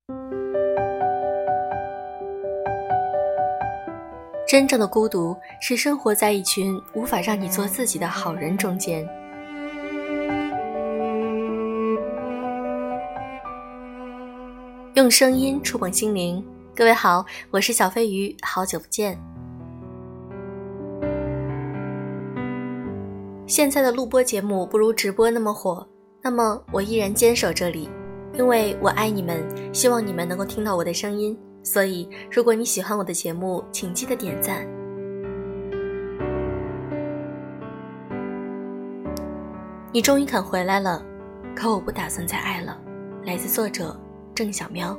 真正的孤独是生活在一群无法让你做自己的好人中间。用声音触碰心灵，各位好，我是小飞鱼，好久不见。现在的录播节目不如直播那么火，那么我依然坚守这里，因为我爱你们，希望你们能够听到我的声音，所以如果你喜欢我的节目，请记得点赞。你终于肯回来了，可我不打算再爱了。来自作者郑小喵。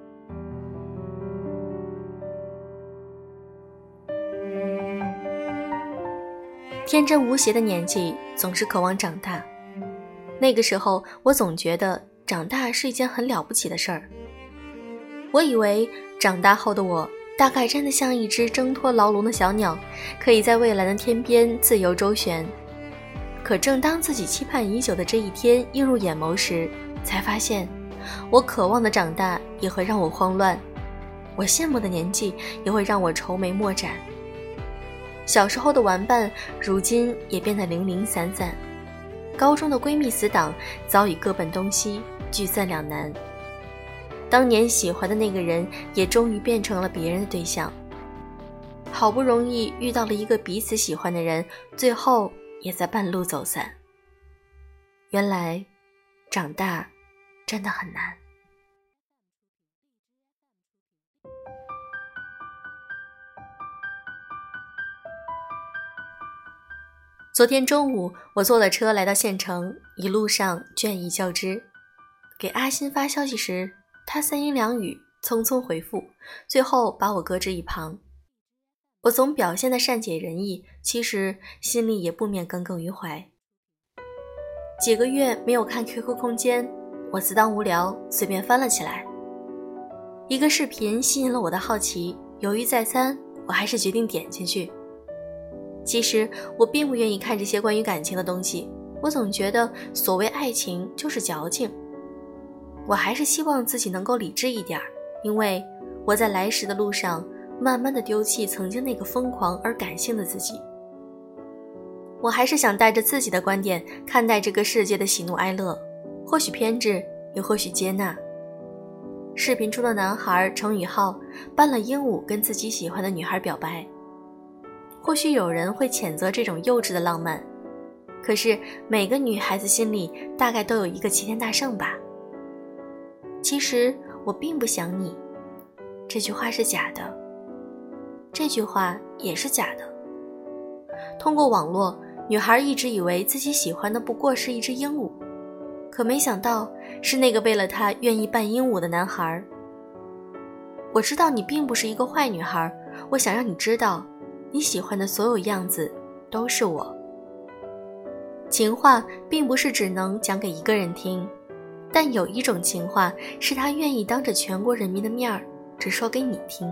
天真无邪的年纪总是渴望长大，那个时候我总觉得长大是一件很了不起的事儿。我以为长大后的我大概真的像一只挣脱牢笼的小鸟，可以在蔚蓝的天边自由周旋。可正当自己期盼已久的这一天映入眼眸时，才发现我渴望的长大也会让我慌乱，我羡慕的年纪也会让我愁眉莫展。小时候的玩伴如今也变得零零散散，高中的闺蜜死党早已各奔东西，聚散两难。当年喜欢的那个人也终于变成了别人的对象，好不容易遇到了一个彼此喜欢的人，最后也在半路走散。原来长大真的很难。昨天中午我坐了车来到县城，一路上倦意交织。给阿欣发消息时，他三言两语匆匆回复，最后把我搁置一旁。我总表现得善解人意，其实心里也不免耿耿于怀。几个月没有看 QQ 空间，我自当无聊随便翻了起来。一个视频吸引了我的好奇，犹豫再三，我还是决定点进去。其实我并不愿意看这些关于感情的东西，我总觉得所谓爱情就是矫情。我还是希望自己能够理智一点，因为我在来时的路上慢慢地丢弃曾经那个疯狂而感性的自己。我还是想带着自己的观点看待这个世界的喜怒哀乐，或许偏执，也或许接纳。视频中的男孩程宇浩扮了鹦鹉跟自己喜欢的女孩表白，或许有人会谴责这种幼稚的浪漫，可是每个女孩子心里大概都有一个齐天大圣吧。其实我并不想你，这句话是假的，这句话也是假的。通过网络，女孩一直以为自己喜欢的不过是一只鹦鹉，可没想到是那个为了她愿意扮鹦鹉的男孩。我知道你并不是一个坏女孩，我想让你知道，你喜欢的所有样子都是我。情话并不是只能讲给一个人听，但有一种情话是他愿意当着全国人民的面只说给你听。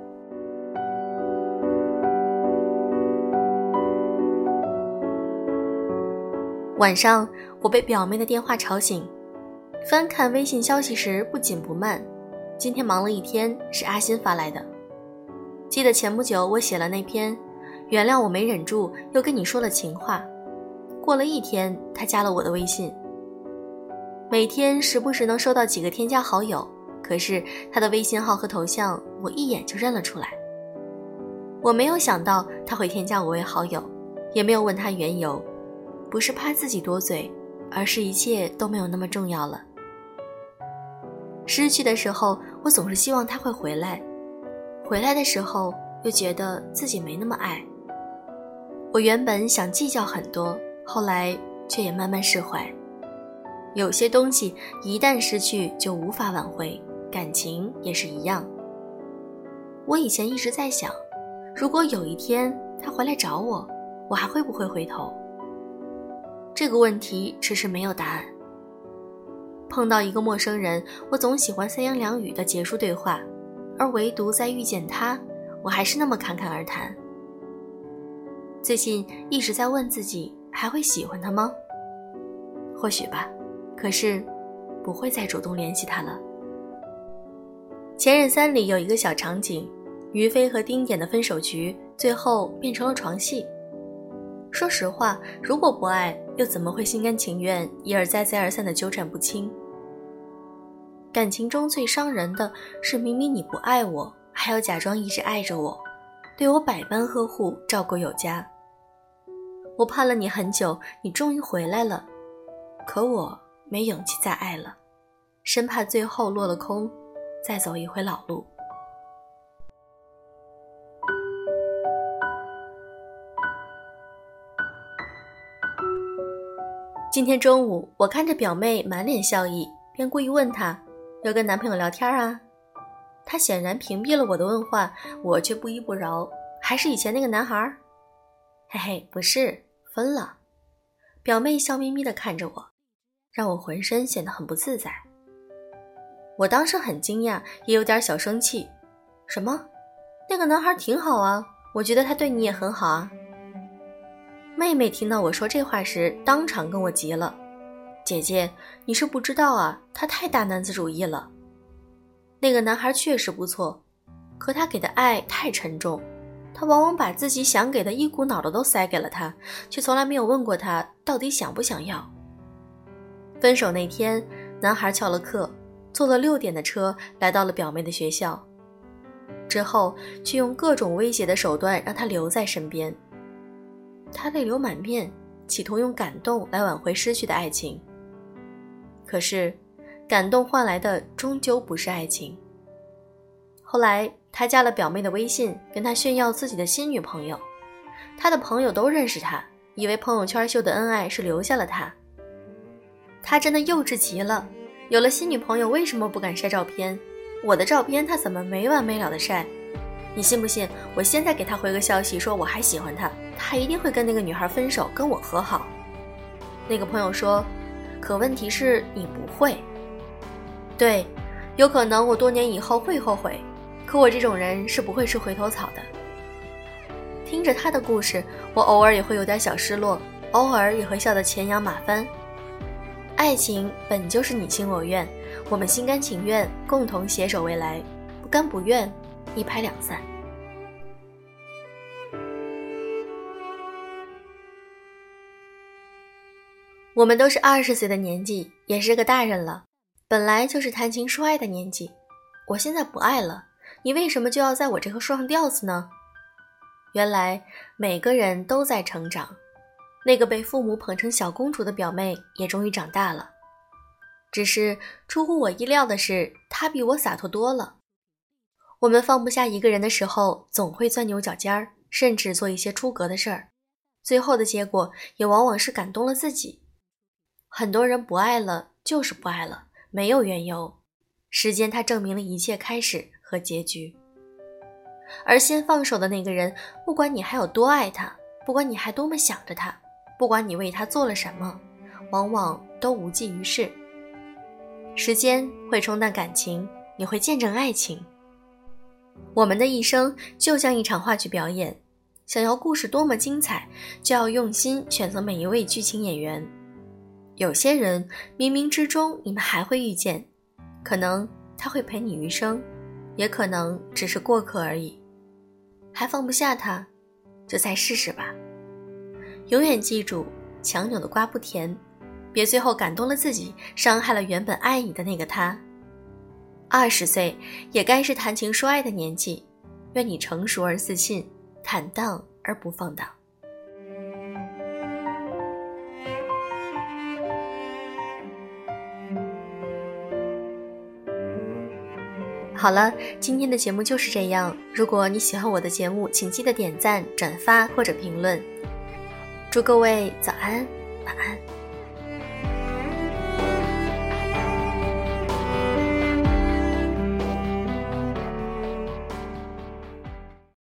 晚上我被表妹的电话吵醒，翻看微信消息时不紧不慢，今天忙了一天，是阿欣发来的。记得前不久我写了那篇原谅我没忍住又跟你说了情话，过了一天他加了我的微信。每天时不时能收到几个添加好友，可是他的微信号和头像我一眼就认了出来。我没有想到他会添加我为好友，也没有问他缘由，不是怕自己多嘴，而是一切都没有那么重要了。失去的时候我总是希望他会回来，回来的时候又觉得自己没那么爱。我原本想计较很多，后来却也慢慢释怀。有些东西一旦失去就无法挽回，感情也是一样。我以前一直在想，如果有一天他回来找我，我还会不会回头？这个问题迟迟没有答案。碰到一个陌生人，我总喜欢三言两语的结束对话，而唯独在遇见他，我还是那么侃侃而谈。最近一直在问自己，还会喜欢他吗？或许吧，可是不会再主动联系他了。 前任三里有一个小场景，于飞和丁点的分手局最后变成了床戏。说实话，如果不爱，又怎么会心甘情愿一而再再而三的纠缠不清？感情中最伤人的是，明明你不爱我，还要假装一直爱着我，对我百般呵护，照顾有加。我盼了你很久，你终于回来了，可我没勇气再爱了，生怕最后落了空，再走一回老路。今天中午，我看着表妹满脸笑意，便故意问她有跟男朋友聊天啊？她显然屏蔽了我的问话，我却不依不饶，还是以前那个男孩？嘿嘿，不是，分了。表妹笑眯眯地看着我，让我浑身显得很不自在。我当时很惊讶，也有点小生气。什么？那个男孩挺好啊，我觉得他对你也很好啊。妹妹听到我说这话时，当场跟我急了。姐姐，你是不知道啊，他太大男子主义了。那个男孩确实不错，可他给的爱太沉重，他往往把自己想给的一股脑的都塞给了他，却从来没有问过他到底想不想要。分手那天，男孩翘了课，坐了6点的车来到了表妹的学校，之后却用各种威胁的手段让她留在身边。他泪流满面，企图用感动来挽回失去的爱情。可是感动换来的终究不是爱情。后来他加了表妹的微信，跟她炫耀自己的新女朋友，他的朋友都认识他，以为朋友圈秀的恩爱是留下了他。他真的幼稚极了，有了新女朋友为什么不敢晒照片？我的照片他怎么没完没了的晒？你信不信我现在给他回个消息说我还喜欢他，他一定会跟那个女孩分手，跟我和好。那个朋友说，可问题是你不会。对，有可能我多年以后会后悔，可我这种人是不会吃回头草的。听着他的故事，我偶尔也会有点小失落，偶尔也会笑得前仰马翻。爱情本就是你情我愿，我们心甘情愿共同携手未来，不甘不愿一拍两散。我们都是20岁的年纪，也是个大人了，本来就是谈情说爱的年纪。我现在不爱了，你为什么就要在我这棵树上吊死呢？原来每个人都在成长，那个被父母捧成小公主的表妹也终于长大了。只是出乎我意料的是，她比我洒脱多了。我们放不下一个人的时候，总会钻牛角尖儿，甚至做一些出格的事儿，最后的结果也往往是感动了自己。很多人不爱了就是不爱了，没有缘由，时间它证明了一切开始和结局。而先放手的那个人，不管你还有多爱他，不管你还多么想着他，不管你为他做了什么，往往都无济于事。时间会冲淡感情，你会见证爱情。我们的一生就像一场话剧表演，想要故事多么精彩，就要用心选择每一位剧情演员。有些人冥冥之中你们还会遇见，可能他会陪你余生，也可能只是过客而已。还放不下他，就再试试吧。永远记住，强扭的瓜不甜，别最后感动了自己，伤害了原本爱你的那个他。20岁也该是谈情说爱的年纪，愿你成熟而自信，坦荡而不放荡。好了，今天的节目就是这样。如果你喜欢我的节目，请记得点赞、转发或者评论。祝各位早安、晚安。